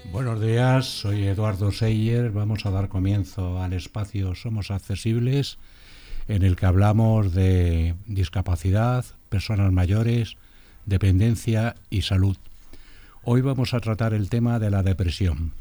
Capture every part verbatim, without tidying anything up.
Buenos días, soy Eduardo Seyer. Vamos a dar comienzo al espacio Somos Accesibles, en el que hablamos de discapacidad, personas mayores, dependencia y salud. Hoy vamos a tratar el tema de la depresión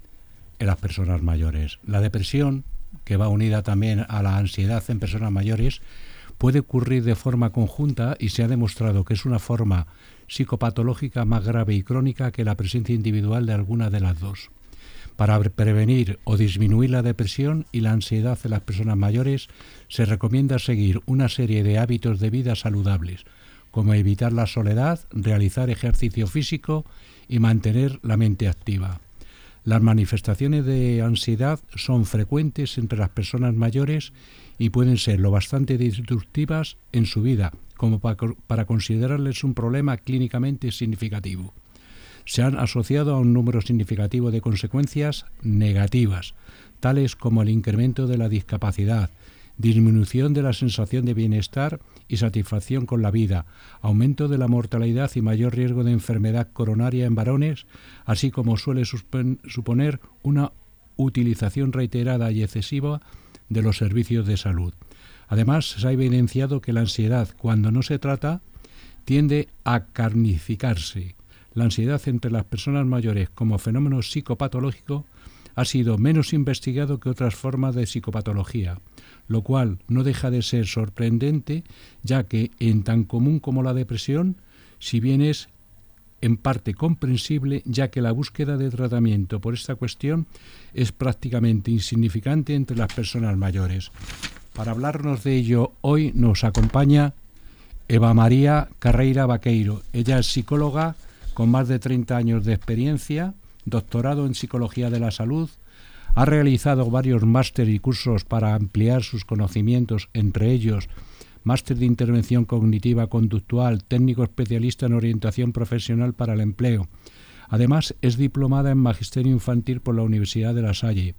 en las personas mayores. La depresión, que va unida también a la ansiedad en personas mayores, puede ocurrir de forma conjunta y se ha demostrado que es una forma psicopatológica más grave y crónica que la presencia individual de alguna de las dos. Para prevenir o disminuir la depresión y la ansiedad en las personas mayores, se recomienda seguir una serie de hábitos de vida saludables, como evitar la soledad, realizar ejercicio físico y mantener la mente activa. Las manifestaciones de ansiedad son frecuentes entre las personas mayores y pueden ser lo bastante disruptivas en su vida como para considerarles un problema clínicamente significativo. Se han asociado a un número significativo de consecuencias negativas, tales como el incremento de la discapacidad, disminución de la sensación de bienestar y satisfacción con la vida, aumento de la mortalidad y mayor riesgo de enfermedad coronaria en varones, así como suele suponer una utilización reiterada y excesiva de los servicios de salud. Además, se ha evidenciado que la ansiedad, cuando no se trata, tiende a carnificarse. La ansiedad entre las personas mayores como fenómeno psicopatológico ha sido menos investigado que otras formas de psicopatología, lo cual no deja de ser sorprendente, ya que en tan común como la depresión, si bien es en parte comprensible, ya que la búsqueda de tratamiento por esta cuestión es prácticamente insignificante entre las personas mayores. Para hablarnos de ello, hoy nos acompaña Eva María Carreira Vaqueiro. Ella es psicóloga con más de treinta años de experiencia, doctorado en Psicología de la Salud, ha realizado varios másteres y cursos para ampliar sus conocimientos, entre ellos máster de intervención cognitiva conductual, técnico especialista en orientación profesional para el empleo. Además, es diplomada en Magisterio Infantil por la Universidad de La Salle.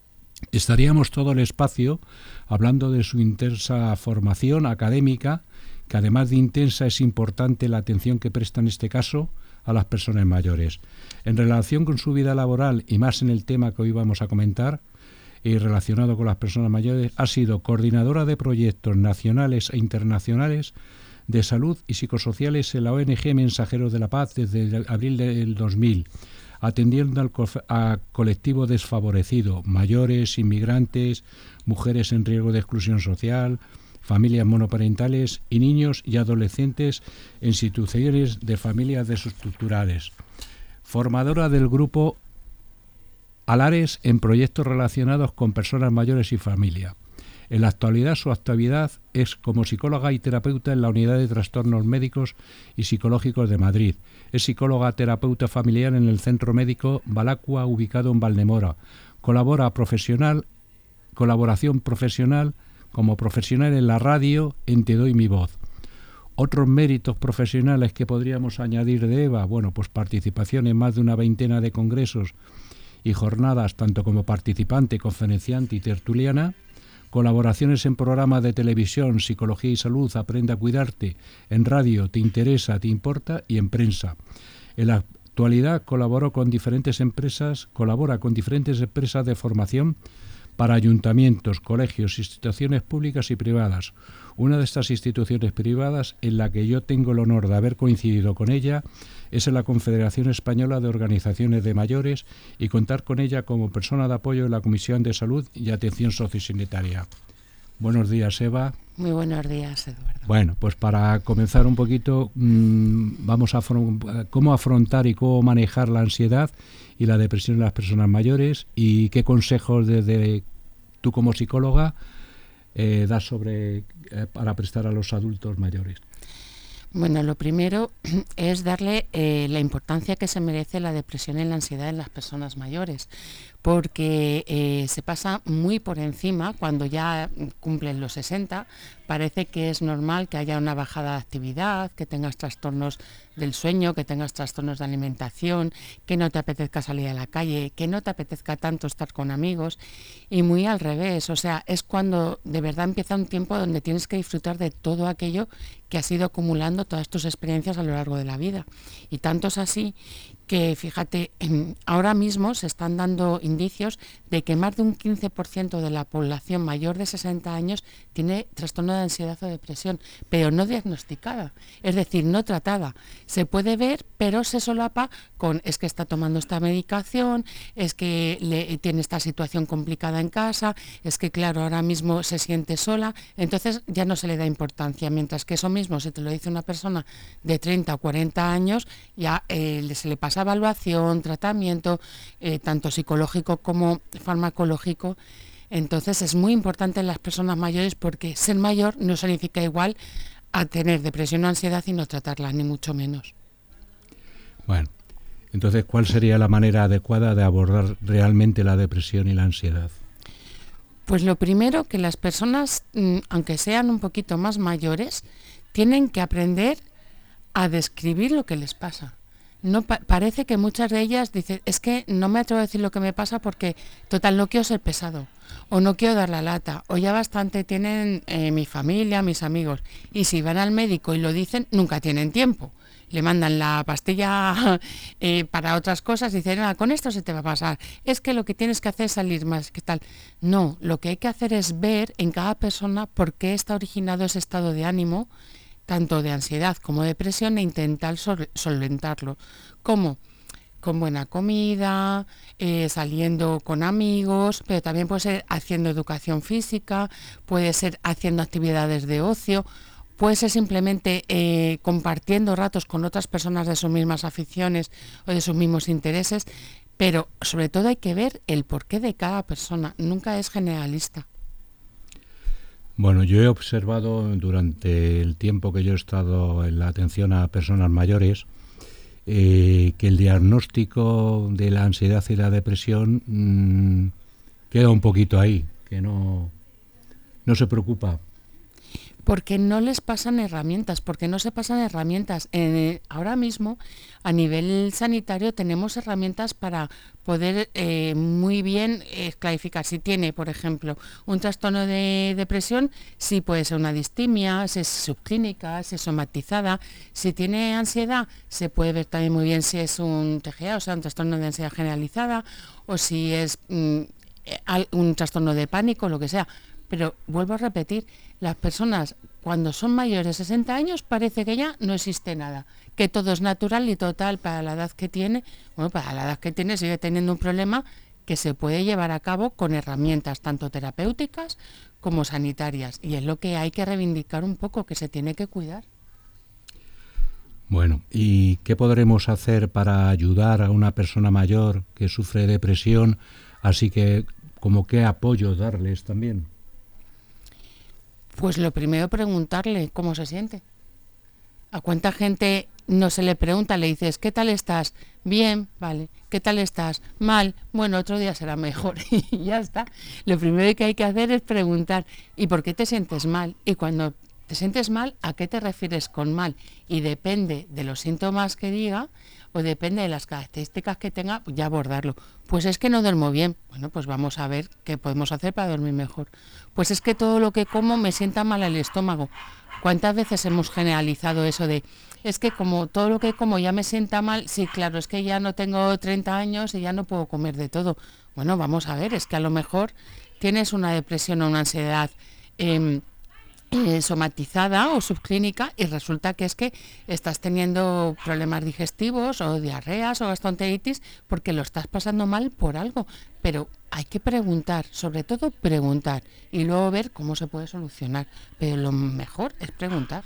Estaríamos todo el espacio hablando de su intensa formación académica, que además de intensa es importante la atención que presta en este caso a las personas mayores. En relación con su vida laboral y más en el tema que hoy vamos a comentar, y relacionado con las personas mayores, ha sido coordinadora de proyectos nacionales e internacionales de salud y psicosociales en la O N G Mensajeros de la Paz desde abril del dos mil, atendiendo al co- a colectivo desfavorecido, mayores, inmigrantes, mujeres en riesgo de exclusión social, familias monoparentales y niños y adolescentes en situaciones de familias desestructuradas. Formadora del grupo Alares en proyectos relacionados con personas mayores y familia. En la actualidad su actividad es como psicóloga y terapeuta en la Unidad de Trastornos Médicos y Psicológicos de Madrid. Es psicóloga terapeuta familiar en el Centro Médico Balacua, ubicado en Valdemora. Colabora profesional, colaboración profesional como profesional en la radio en Te doy mi voz. Otros méritos profesionales que podríamos añadir de Eva, bueno, pues participación en más de una veintena de congresos y jornadas, tanto como participante, conferenciante y tertuliana, colaboraciones en programas de televisión, Psicología y Salud, Aprende a Cuidarte, en radio, Te Interesa, Te Importa y en prensa. En la actualidad colaboró con diferentes empresas, colabora con diferentes empresas de formación para ayuntamientos, colegios, instituciones públicas y privadas. Una de estas instituciones privadas en la que yo tengo el honor de haber coincidido con ella es en la Confederación Española de Organizaciones de Mayores y contar con ella como persona de apoyo en la Comisión de Salud y Atención Sociosanitaria. Buenos días, Eva. Muy buenos días, Eduardo. Bueno, pues para comenzar un poquito, mmm, vamos a afron- cómo afrontar y cómo manejar la ansiedad y la depresión en las personas mayores y qué consejos desde tú como psicóloga eh, das sobre eh, para prestar a los adultos mayores. Bueno, lo primero es darle eh, la importancia que se merece la depresión y la ansiedad en las personas mayores, porque eh, se pasa muy por encima cuando ya cumplen los sesenta. Parece que es normal que haya una bajada de actividad, que tengas trastornos del sueño, que tengas trastornos de alimentación, que no te apetezca salir a la calle, que no te apetezca tanto estar con amigos, y muy al revés. O sea, es cuando de verdad empieza un tiempo donde tienes que disfrutar de todo aquello que has ido acumulando, todas tus experiencias a lo largo de la vida. Y tanto es así que fíjate, ahora mismo se están dando indicios de que más de un quince por ciento de la población mayor de sesenta años tiene trastorno de ansiedad o depresión, pero no diagnosticada, es decir, no tratada. Se puede ver, pero se solapa con es que está tomando esta medicación, es que le, tiene esta situación complicada en casa, es que claro, ahora mismo se siente sola, entonces ya no se le da importancia, mientras que eso mismo, si te lo dice una persona de treinta o cuarenta años, ya eh, se le pasa evaluación, tratamiento, eh, tanto psicológico como farmacológico. Entonces es muy importante en las personas mayores porque ser mayor no significa igual a tener depresión o ansiedad y no tratarla, ni mucho menos. Bueno, entonces, ¿cuál sería la manera adecuada de abordar realmente la depresión y la ansiedad? Pues lo primero, que las personas, aunque sean un poquito más mayores, tienen que aprender a describir lo que les pasa. No pa- parece que muchas de ellas dicen, es que no me atrevo a decir lo que me pasa porque total no quiero ser pesado o no quiero dar la lata o ya bastante tienen eh, mi familia, mis amigos, y si van al médico y lo dicen nunca tienen tiempo, le mandan la pastilla eh, para otras cosas y dicen, ah, con esto se te va a pasar, es que lo que tienes que hacer es salir más, ¿qué tal? No, lo que hay que hacer es ver en cada persona por qué está originado ese estado de ánimo, tanto de ansiedad como de depresión, e intentar sol- solventarlo. ¿Cómo? Con buena comida, eh, saliendo con amigos, pero también puede ser haciendo educación física, puede ser haciendo actividades de ocio, puede ser simplemente eh, compartiendo ratos con otras personas de sus mismas aficiones o de sus mismos intereses, pero sobre todo hay que ver el porqué de cada persona, nunca es generalista. Bueno, yo he observado durante el tiempo que yo he estado en la atención a personas mayores eh, que el diagnóstico de la ansiedad y la depresión mmm, queda un poquito ahí, que no, no se preocupa. Porque no les pasan herramientas, porque no se pasan herramientas. Eh, ahora mismo, a nivel sanitario, tenemos herramientas para poder eh, muy bien eh, clarificar si tiene, por ejemplo, un trastorno de depresión, si puede ser una distimia, si es subclínica, si es somatizada. Si tiene ansiedad, se puede ver también muy bien si es un T G A, o sea, un trastorno de ansiedad generalizada, o si es mm, un trastorno de pánico, lo que sea. Pero vuelvo a repetir, las personas cuando son mayores de sesenta años parece que ya no existe nada, que todo es natural y total para la edad que tiene. Bueno, para la edad que tiene sigue teniendo un problema que se puede llevar a cabo con herramientas tanto terapéuticas como sanitarias, y es lo que hay que reivindicar un poco, que se tiene que cuidar. Bueno, ¿y qué podremos hacer para ayudar a una persona mayor que sufre depresión? Así que, ¿como qué apoyo darles también? Pues lo primero, preguntarle cómo se siente. ¿A cuánta gente no se le pregunta? Le dices, ¿qué tal estás? Bien, vale. ¿Qué tal estás? Mal. Bueno, otro día será mejor. Y ya está. Lo primero que hay que hacer es preguntar, ¿y por qué te sientes mal? Y cuando te sientes mal, ¿a qué te refieres con mal? Y depende de los síntomas que diga, o depende de las características que tenga, ya abordarlo. Pues es que no duermo bien. Bueno, pues vamos a ver qué podemos hacer para dormir mejor. Pues es que todo lo que como me sienta mal el estómago. ¿Cuántas veces hemos generalizado eso de, es que como todo lo que como ya me sienta mal? Sí, claro, es que ya no tengo treinta años y ya no puedo comer de todo. Bueno, vamos a ver, es que a lo mejor tienes una depresión o una ansiedad eh, Eh, somatizada o subclínica, y resulta que es que estás teniendo problemas digestivos o diarreas o gastroenteritis porque lo estás pasando mal por algo. Pero hay que preguntar, sobre todo preguntar, y luego ver cómo se puede solucionar. Pero lo mejor es preguntar.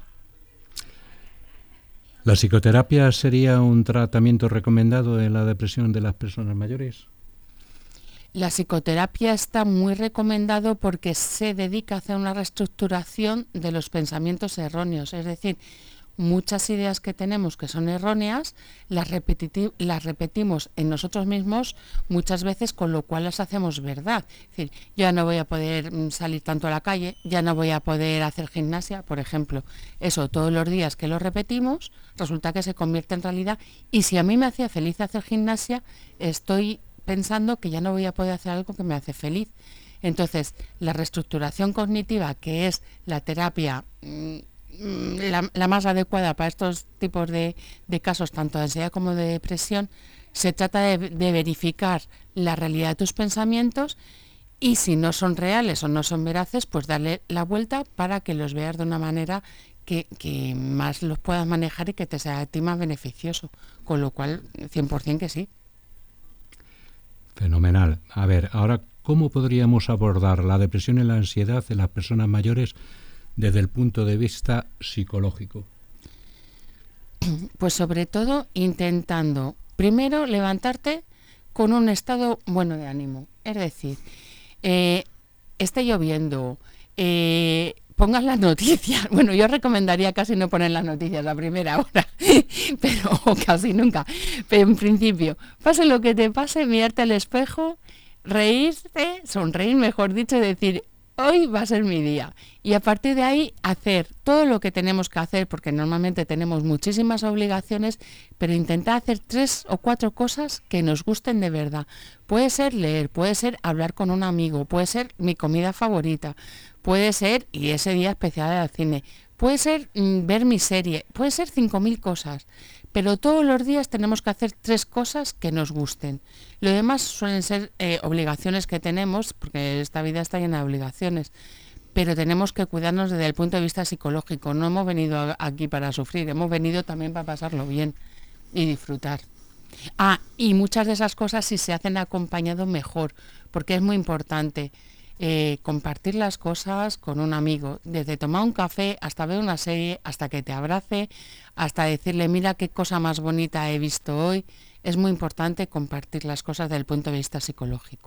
¿La psicoterapia sería un tratamiento recomendado en la depresión de las personas mayores? La psicoterapia está muy recomendado porque se dedica a hacer una reestructuración de los pensamientos erróneos, es decir, muchas ideas que tenemos que son erróneas las, repeti- las repetimos en nosotros mismos muchas veces, con lo cual las hacemos verdad. Es decir, ya no voy a poder salir tanto a la calle, ya no voy a poder hacer gimnasia, por ejemplo. Eso todos los días que lo repetimos, resulta que se convierte en realidad, y si a mí me hacía feliz hacer gimnasia, estoy pensando que ya no voy a poder hacer algo que me hace feliz. Entonces, la reestructuración cognitiva, que es la terapia mmm, la, la más adecuada para estos tipos de, de casos, tanto de ansiedad como de depresión, se trata de, de verificar la realidad de tus pensamientos y si no son reales o no son veraces, pues darle la vuelta para que los veas de una manera que, que más los puedas manejar y que te sea a ti más beneficioso. Con lo cual, cien por ciento que sí. Fenomenal. A ver, ahora, ¿cómo podríamos abordar la depresión y la ansiedad en las personas mayores desde el punto de vista psicológico? Pues sobre todo intentando, primero, levantarte con un estado bueno de ánimo. Es decir, eh, esté lloviendo, eh, pongas las noticias. Bueno, yo recomendaría casi no poner las noticias a primera hora, pero casi nunca. Pero en principio, pase lo que te pase, mirarte al espejo, reírte, sonreír, mejor dicho, y decir, hoy va a ser mi día. Y a partir de ahí hacer todo lo que tenemos que hacer, porque normalmente tenemos muchísimas obligaciones, pero intentar hacer tres o cuatro cosas que nos gusten de verdad. Puede ser leer, puede ser hablar con un amigo, puede ser mi comida favorita, puede ser, y ese día especial al cine, puede ser mm, ver mi serie, puede ser cinco mil cosas. Pero todos los días tenemos que hacer tres cosas que nos gusten. Lo demás suelen ser eh, obligaciones que tenemos, porque esta vida está llena de obligaciones, pero tenemos que cuidarnos desde el punto de vista psicológico. No hemos venido a, aquí para sufrir, hemos venido también para pasarlo bien y disfrutar. Ah, y muchas de esas cosas si se hacen acompañados mejor, porque es muy importante. Eh, compartir las cosas con un amigo, desde tomar un café hasta ver una serie, hasta que te abrace, hasta decirle, mira qué cosa más bonita he visto hoy. Es muy importante compartir las cosas desde el punto de vista psicológico.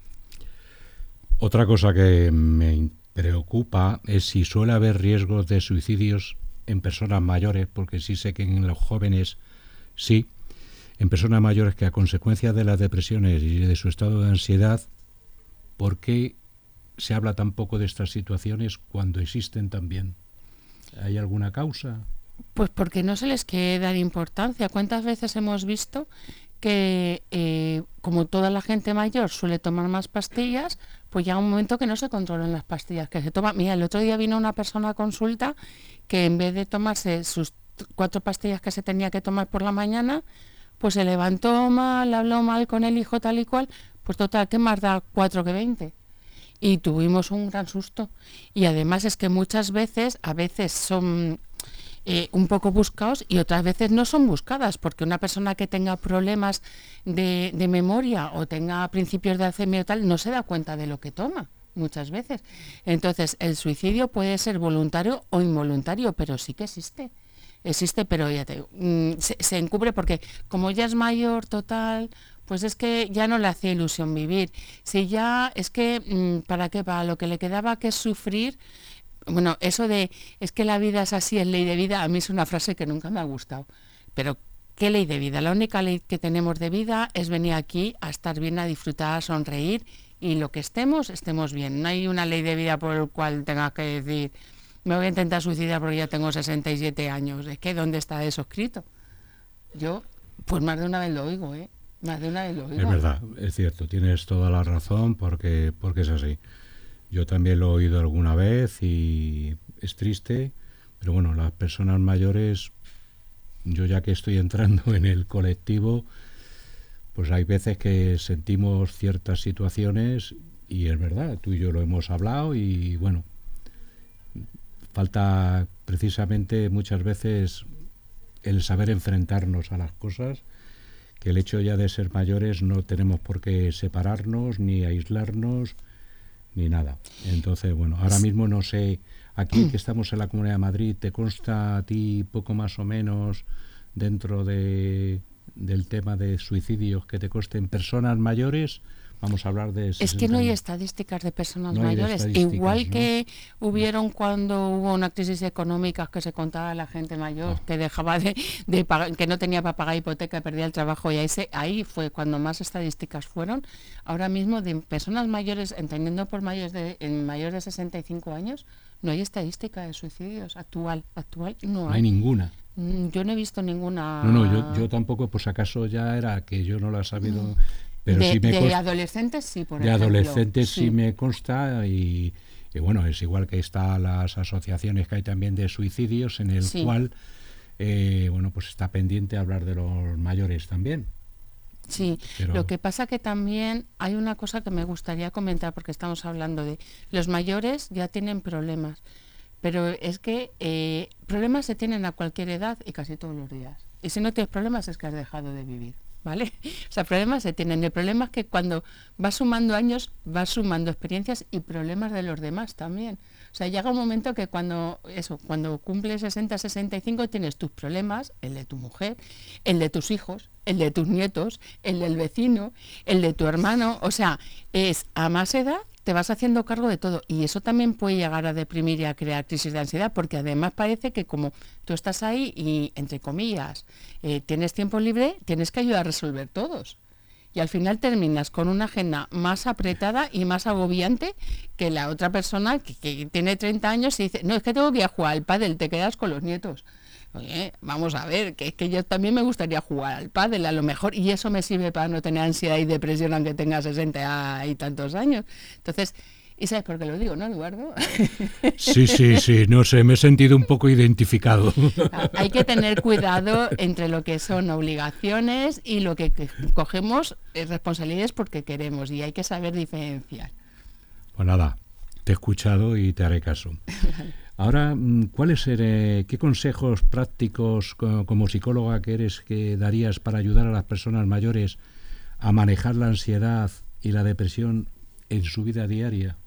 Otra cosa que me preocupa es si suele haber riesgos de suicidios en personas mayores, porque sí sé que en los jóvenes sí, en personas mayores que a consecuencia de las depresiones y de su estado de ansiedad, ¿por qué se habla tan poco de estas situaciones cuando existen también? ¿Hay alguna causa? Pues porque no se les quiere dar importancia. ¿Cuántas veces hemos visto que, eh, como toda la gente mayor suele tomar más pastillas, pues llega un momento que no se controlan las pastillas que se toman? Mira, el otro día vino una persona a consulta que en vez de tomarse sus cuatro pastillas que se tenía que tomar por la mañana, pues se levantó mal, habló mal con el hijo tal y cual, pues total, ¿qué más da cuatro que veinte? Y tuvimos un gran susto. Y además es que muchas veces, a veces son eh, un poco buscados y otras veces no son buscadas, porque una persona que tenga problemas de, de memoria o tenga principios de Alzheimer o tal, no se da cuenta de lo que toma muchas veces. Entonces, el suicidio puede ser voluntario o involuntario, pero sí que existe. Existe, pero ya te digo, mm, se, se encubre porque como ya es mayor total, pues es que ya no le hacía ilusión vivir. Si ya, es que, mmm, ¿para qué? Para lo que le quedaba que es sufrir. Bueno, eso de, es que la vida es así, es ley de vida, a mí es una frase que nunca me ha gustado. Pero, ¿qué ley de vida? La única ley que tenemos de vida es venir aquí a estar bien, a disfrutar, a sonreír, y lo que estemos, estemos bien. No hay una ley de vida por la cual tengas que decir, me voy a intentar suicidar porque ya tengo sesenta y siete años. Es que, ¿dónde está eso escrito? Yo, pues más de una vez lo oigo, ¿eh? Más de una vez lo oigo. Es verdad, es cierto, tienes toda la razón porque, porque es así. Yo también lo he oído alguna vez y es triste, pero bueno, las personas mayores, yo ya que estoy entrando en el colectivo, pues hay veces que sentimos ciertas situaciones y es verdad, tú y yo lo hemos hablado y bueno, falta precisamente muchas veces el saber enfrentarnos a las cosas, que el hecho ya de ser mayores no tenemos por qué separarnos, ni aislarnos, ni nada. Entonces, bueno, ahora mismo no sé, aquí que estamos en la Comunidad de Madrid, ¿te consta a ti poco más o menos dentro de, del tema de suicidios que te consten personas mayores? Vamos a hablar de... Es que no hay estadísticas de personas no mayores, igual ¿no? que hubieron cuando hubo una crisis económica que se contaba a la gente mayor, oh. que dejaba de, de pagar, que no tenía para pagar hipoteca, perdía el trabajo, y ahí, se, ahí fue cuando más estadísticas fueron. Ahora mismo de personas mayores, entendiendo por mayores de, en mayores de sesenta y cinco años, no hay estadística de suicidios actual, actual no hay. No hay ninguna. Yo no he visto ninguna... No, no, yo, yo tampoco, pues acaso ya era que yo no la he sabido... Mm. Pero de sí me de consta, adolescentes sí, por de ejemplo. adolescentes sí. sí me consta y, Y bueno, es igual que están las asociaciones que hay también de suicidios, en el sí. cual, eh, bueno, pues está pendiente hablar de los mayores también. Sí, pero... lo que pasa que también hay una cosa que me gustaría comentar, porque estamos hablando de los mayores ya tienen problemas, pero es que eh, problemas se tienen a cualquier edad y casi todos los días. Y si no tienes problemas es que has dejado de vivir, ¿vale? O sea, problemas se tienen. El problema es que cuando vas sumando años, vas sumando experiencias y problemas de los demás también. O sea, llega un momento que cuando eso, cuando cumples sesenta, sesenta y cinco tienes tus problemas, el de tu mujer, el de tus hijos, el de tus nietos, el del vecino, el de tu hermano. O sea, es a más edad te vas haciendo cargo de todo y eso también puede llegar a deprimir y a crear crisis de ansiedad, porque además parece que como tú estás ahí y, entre comillas, eh, tienes tiempo libre, tienes que ayudar a resolver todos. Y al final terminas con una agenda más apretada y más agobiante que la otra persona que, que tiene treinta años y dice, no, es que tengo que ir a jugar al pádel, te quedas con los nietos. Oye, vamos a ver, que es que yo también me gustaría jugar al pádel a lo mejor, y eso me sirve para no tener ansiedad y depresión aunque tenga sesenta y tantos años. Entonces, ¿y sabes por qué lo digo, no, Eduardo? Sí, sí, sí, no sé, me he sentido un poco identificado. Hay que tener cuidado entre lo que son obligaciones y lo que, que cogemos responsabilidades porque queremos, y hay que saber diferenciar. Pues nada, te he escuchado y te haré caso. Ahora, ¿cuáles eh, qué consejos prácticos como psicóloga que eres que darías para ayudar a las personas mayores a manejar la ansiedad y la depresión en su vida diaria?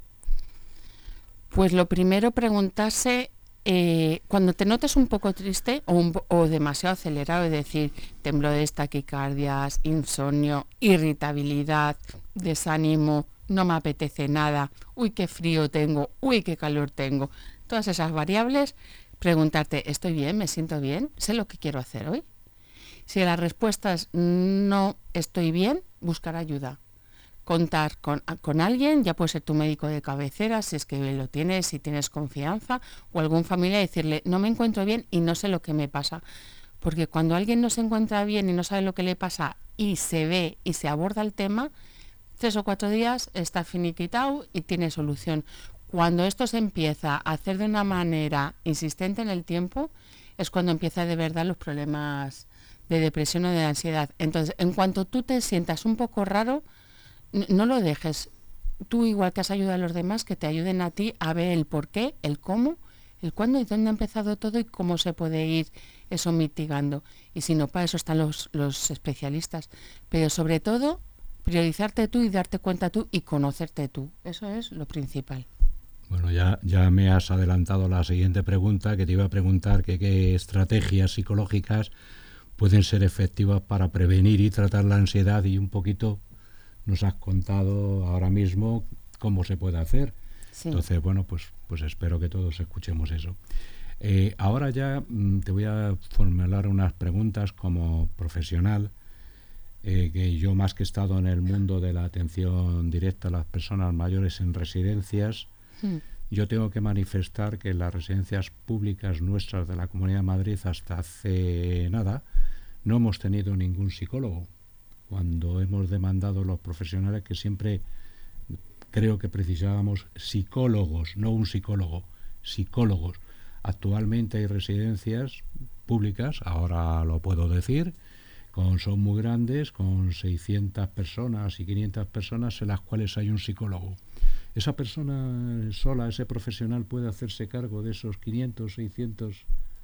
Pues lo primero, preguntarse, eh, cuando te notes un poco triste o, un, o demasiado acelerado, es decir, temblores, taquicardias, insomnio, irritabilidad, desánimo, no me apetece nada, uy, qué frío tengo, uy, qué calor tengo, todas esas variables, preguntarte, ¿estoy bien? ¿Me siento bien? ¿Sé lo que quiero hacer hoy? Si la respuesta es no estoy bien, buscar ayuda. Contar con, con alguien, ya puede ser tu médico de cabecera, si es que lo tienes, si tienes confianza, o algún familiar, y decirle, no me encuentro bien y no sé lo que me pasa. Porque cuando alguien no se encuentra bien y no sabe lo que le pasa y se ve y se aborda el tema, tres o cuatro días está finiquitado y tiene solución. Cuando esto se empieza a hacer de una manera insistente en el tiempo, es cuando empieza de verdad los problemas de depresión o de ansiedad. Entonces, en cuanto tú te sientas un poco raro, no lo dejes. Tú, igual que has ayudado a los demás, que te ayuden a ti a ver el por qué, el cómo, el cuándo y dónde ha empezado todo y cómo se puede ir eso mitigando. Y si no, para eso están los, los especialistas. Pero sobre todo, priorizarte tú y darte cuenta tú y conocerte tú. Eso es lo principal. Bueno, ya, ya me has adelantado la siguiente pregunta, que te iba a preguntar que qué estrategias psicológicas pueden ser efectivas para prevenir y tratar la ansiedad, y un poquito nos has contado ahora mismo cómo se puede hacer. Sí. Entonces, bueno, pues, pues espero que todos escuchemos eso. Eh, ahora ya mm, te voy a formular unas preguntas como profesional, eh, que yo, más que he estado en el mundo de la atención directa a las personas mayores en residencias, mm. yo tengo que manifestar que en las residencias públicas nuestras de la Comunidad de Madrid hasta hace nada no hemos tenido ningún psicólogo. Cuando hemos demandado los profesionales, que siempre creo que precisábamos psicólogos, no un psicólogo, psicólogos. Actualmente hay residencias públicas, ahora lo puedo decir, con, son muy grandes, con seiscientas personas y quinientas personas en las cuales hay un psicólogo. ¿Esa persona sola, ese profesional, puede hacerse cargo de esos quinientos, seiscientos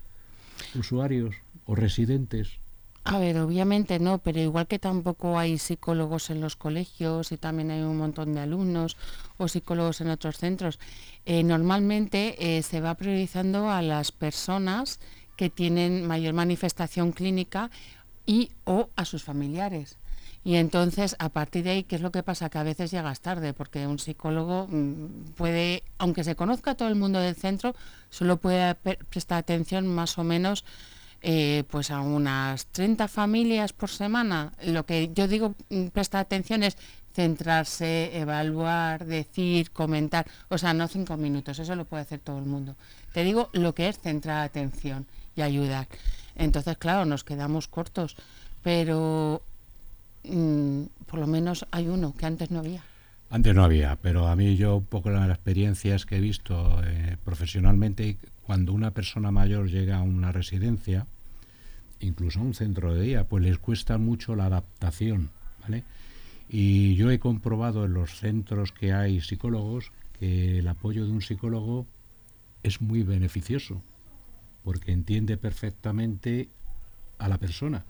usuarios o residentes? A ver, obviamente no, pero igual que tampoco hay psicólogos en los colegios y también hay un montón de alumnos o psicólogos en otros centros, eh, normalmente eh, se va priorizando a las personas que tienen mayor manifestación clínica y o a sus familiares. Y entonces, a partir de ahí, ¿qué es lo que pasa? Que a veces llegas tarde, porque un psicólogo mmm, puede, aunque se conozca a todo el mundo del centro, solo puede pre- prestar atención más o menos Eh, pues a unas treinta familias por semana. Lo que yo digo, prestar atención, es centrarse, evaluar, decir, comentar, o sea, no cinco minutos, eso lo puede hacer todo el mundo. Te digo lo que es centrar atención y ayudar. Entonces, claro, nos quedamos cortos, pero mmm, por lo menos hay uno que antes no había. Antes no había, pero a mí yo un poco las experiencias que he visto eh, profesionalmente, cuando una persona mayor llega a una residencia, incluso a un centro de día, pues les cuesta mucho la adaptación, ¿vale? Y yo he comprobado en los centros que hay psicólogos que el apoyo de un psicólogo es muy beneficioso, porque entiende perfectamente a la persona.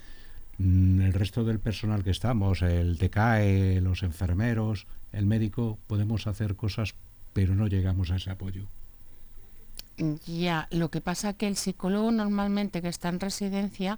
El resto del personal que estamos, el T C A E, los enfermeros, el médico, podemos hacer cosas, pero no llegamos a ese apoyo. Ya, lo que pasa es que el psicólogo normalmente que está en residencia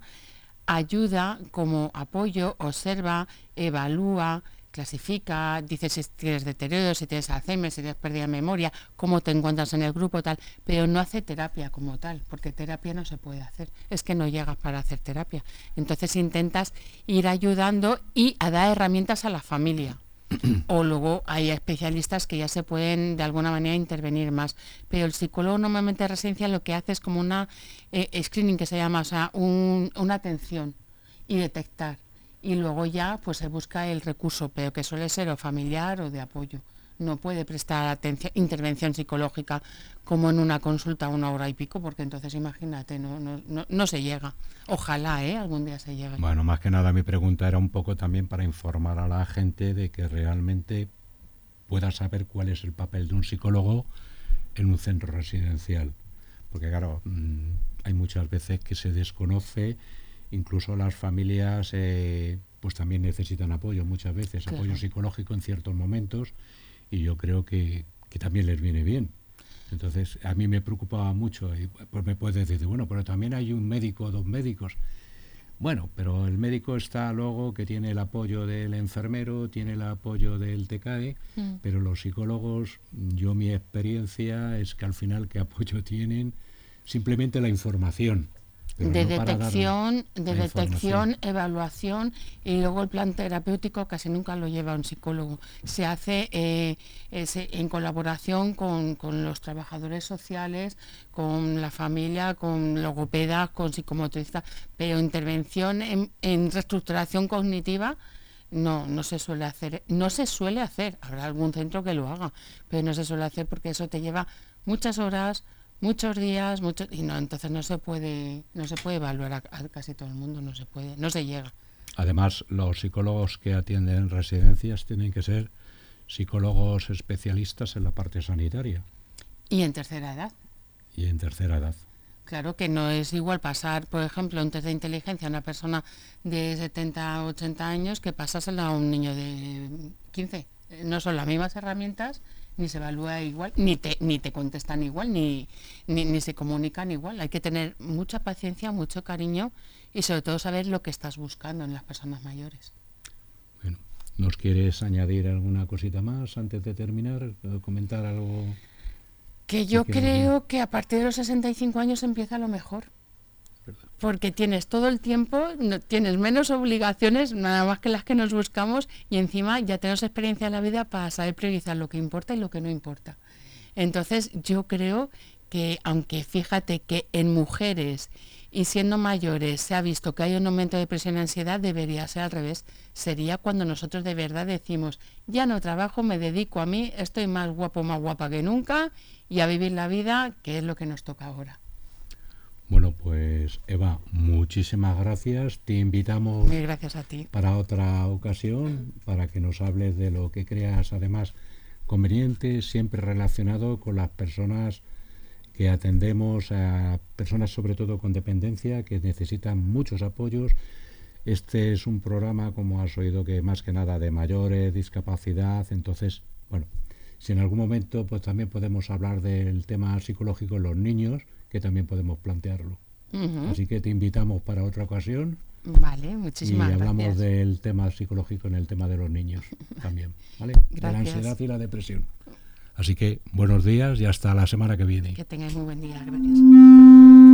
ayuda como apoyo, observa, evalúa, clasifica, dice si tienes deterioro, si tienes Alzheimer, si tienes pérdida de memoria, cómo te encuentras en el grupo, tal, pero no hace terapia como tal, porque terapia no se puede hacer, es que no llegas para hacer terapia. Entonces intentas ir ayudando y a dar herramientas a la familia. O luego hay especialistas que ya se pueden de alguna manera intervenir más, pero el psicólogo normalmente de residencia lo que hace es como una eh, screening que se llama, o sea, un, una atención y detectar, y luego ya pues se busca el recurso, pero que suele ser o familiar o de apoyo. No puede prestar atención, intervención psicológica como en una consulta una hora y pico, porque entonces imagínate, no, no, no, no se llega. Ojalá, ¿eh? Algún día se llegue. Bueno, más que nada mi pregunta era un poco también para informar a la gente de que realmente pueda saber cuál es el papel de un psicólogo en un centro residencial. Porque claro, mmm, hay muchas veces que se desconoce, incluso las familias eh, pues también necesitan apoyo muchas veces, claro. Apoyo psicológico en ciertos momentos, y yo creo que, que también les viene bien. Entonces, a mí me preocupaba mucho, y pues me puedes decir, bueno, pero también hay un médico o dos médicos. Bueno, pero el médico está luego que tiene el apoyo del enfermero, tiene el apoyo del T C A E, mm. pero los psicólogos, yo mi experiencia es que al final, ¿qué apoyo tienen? Simplemente la información. De no detección, de detección, evaluación, y luego el plan terapéutico casi nunca lo lleva un psicólogo. Se hace eh, ese, en colaboración con, con los trabajadores sociales, con la familia, con logopedas, con psicomotricistas, pero intervención en, en reestructuración cognitiva no, no se suele hacer. No se suele hacer. Habrá algún centro que lo haga, pero no se suele hacer porque eso te lleva muchas horas, muchos días, muchos, y no, entonces no se puede, no se puede evaluar a, a casi todo el mundo, no se puede, no se llega. Además, los psicólogos que atienden residencias tienen que ser psicólogos especialistas en la parte sanitaria. Y en tercera edad. Y en tercera edad. Claro que no es igual pasar, por ejemplo, un test de inteligencia a una persona de setenta, ochenta años que pasársela a un niño de quince. No son las mismas herramientas, ni se evalúa igual, ni te, ni te contestan igual, ni, ni, ni se comunican igual. Hay que tener mucha paciencia, mucho cariño y sobre todo saber lo que estás buscando en las personas mayores. Bueno, ¿nos quieres añadir alguna cosita más antes de terminar? ¿Comentar algo? Que yo creo que a partir de los sesenta y cinco años empieza lo mejor. Porque tienes todo el tiempo, no, tienes menos obligaciones, nada más que las que nos buscamos, y encima ya tenemos experiencia en la vida para saber priorizar lo que importa y lo que no importa. Entonces yo creo que, aunque fíjate que en mujeres y siendo mayores se ha visto que hay un aumento de depresión y ansiedad, debería ser al revés. Sería cuando nosotros de verdad decimos, ya no trabajo, me dedico a mí, estoy más guapo, más guapa que nunca, y a vivir la vida, que es lo que nos toca ahora. Bueno, pues Eva, muchísimas gracias. Te invitamos Muy gracias a ti. Para otra ocasión, para que nos hables de lo que creas además conveniente, siempre relacionado con las personas que atendemos, a personas sobre todo con dependencia, que necesitan muchos apoyos. Este es un programa, como has oído, que más que nada de mayores, discapacidad. Entonces, bueno, si en algún momento pues también podemos hablar del tema psicológico en los niños, que también podemos plantearlo. Uh-huh. Así que te invitamos para otra ocasión. Vale, muchísimas gracias. Y hablamos gracias. del tema psicológico en el tema de los niños también, ¿vale? De la ansiedad y la depresión. Así que buenos días y hasta la semana que viene. Que tengáis muy buen día, gracias.